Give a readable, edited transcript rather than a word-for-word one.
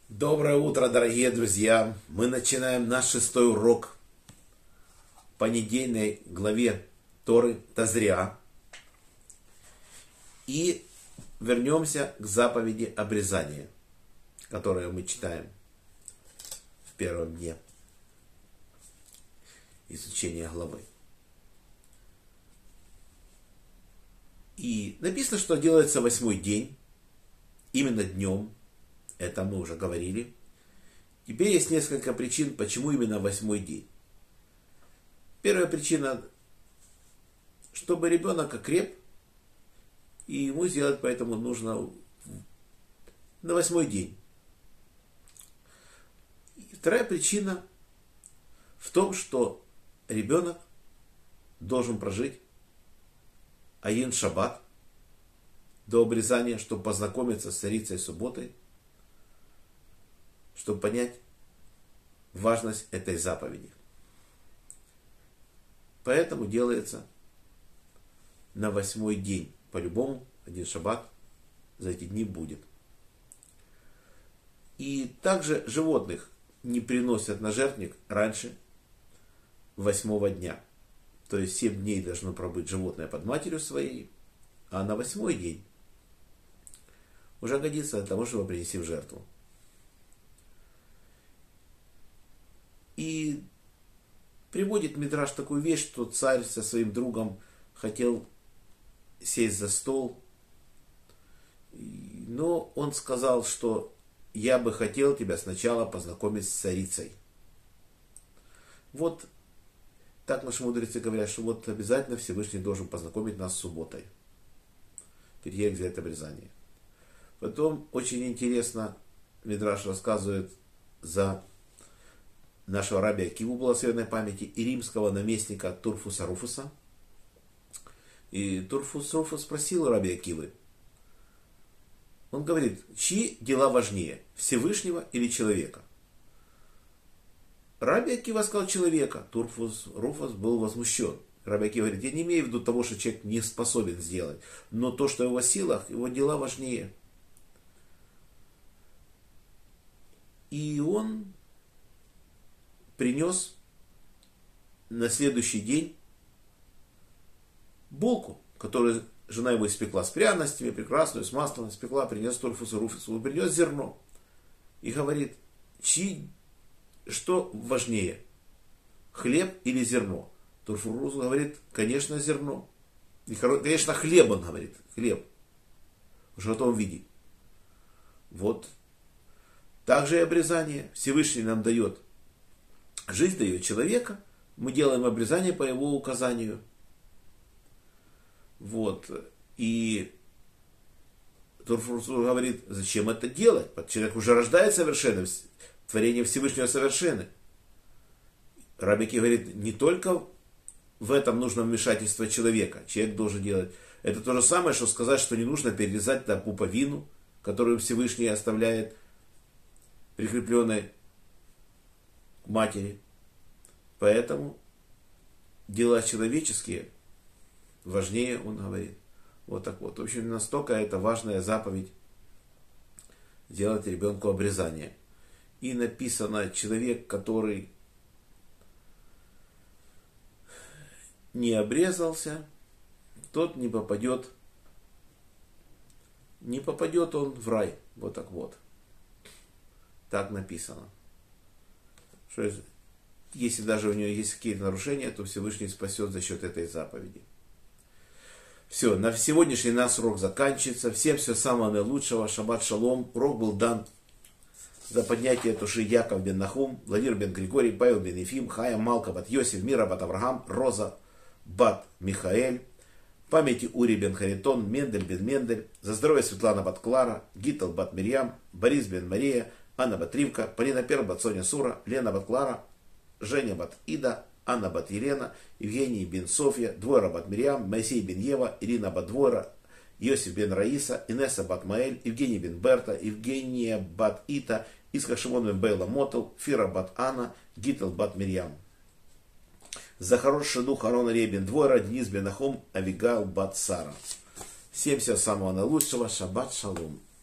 Доброе утро, дорогие друзья! Мы начинаем наш 6-й урок по недельной главе Торы Тазриа. И вернемся к заповеди обрезания, которую мы читаем в первом дне изучения главы. И написано, что делается 8-й день, именно днем. Это мы уже говорили. Теперь есть несколько причин, почему именно 8-й день. Первая причина, чтобы ребенок окреп, и ему сделать поэтому нужно на 8-й день. И вторая причина в том, что ребенок должен прожить один шаббат до обрезания, чтобы познакомиться с царицей субботой, чтобы понять важность этой заповеди. Поэтому делается на 8-й день. По-любому один шаббат за эти дни будет. И также животных не приносят на жертвенник раньше 8-го дня. То есть 7 дней должно пробыть животное под матерью своей, а на 8-й день уже годится для того, чтобы принести в жертву. И приводит Мидраш такую вещь, что царь со своим другом хотел сесть за стол, но он сказал, что я бы хотел тебя сначала познакомить с царицей. Вот так наши мудрецы говорят, что вот обязательно Всевышний должен познакомить нас с субботой, перед тем, как взять обрезание. Потом очень интересно Мидраш рассказывает за нашего раби Акиву благословенной памяти и римского наместника Турфуса Руфуса. И Турфус Руфус спросил раби Акивы, он говорит, чьи дела важнее, Всевышнего или человека? Раби Акива сказал человека. Турфус Руфус был возмущен. Раби Акива говорит, я не имею в виду того, что человек не способен сделать, но то, что в его силах, его дела важнее. И он принес на следующий день булку, которую жена его испекла с пряностями, прекрасную, с маслом испекла, принес Турфусу Руфусу, принес зерно. И говорит, что важнее, хлеб или зерно? Турфус Руфус говорит, конечно, зерно. И, конечно, хлеб, он говорит, хлеб. В готовом виде. Вот. Также и обрезание. Всевышний нам дает. Жизнь дает человека, мы делаем обрезание по его указанию. Вот. И Турфус говорит, зачем это делать? Человек уже рождается совершенным, творение Всевышнего совершенны. Раби Акива говорит, не только в этом нужно вмешательство человека, человек должен делать. Это то же самое, что сказать, что не нужно перерезать пуповину, которую Всевышний оставляет прикрепленной к матери. Поэтому дела человеческие важнее, он говорит. Вот так вот. В общем, настолько это важная заповедь сделать ребенку обрезание. И написано, человек, который не обрезался, тот не попадет он в рай. Вот так вот. Так написано. Что если даже у него есть какие-то нарушения, то Всевышний спасет за счет этой заповеди. Все, на сегодняшний наш урок заканчивается. Всем всего самого наилучшего. Шаббат шалом. Урок был дан за поднятие души Яков бен Нахум, Владимир бен Григорий, Павел бен Ефим, Хая Малка бат Йосиф, Мира бат Авраам, Роза бат Михаэль, памяти Ури бен Харитон, Мендель бен Мендель, за здоровье Светлана бат Клара, Гитал бат Мирьям, Борис бен Мария, Анна бат Ривка, Полина Перл бат Соня Сура, Лена бат Клара, Женя бат Ида, Анна бат Елена, Евгений бен Софья, Двойра бат Мирьям, Моисей бен Ева, Ирина бат Двойра, Иосиф бен Раиса, Инесса бат Маэль, Евгений бен Берта, Евгения бат Ита, Ицхак Шимон бен Бейла Мотл, Фира бат Анна, Гитал бат Мирьям. За хороший дух Арона Ребен Двойра, Денис бен Нахум, Авигаил бат Сара. Всем всего самого наилучшего. Шаббат шалом.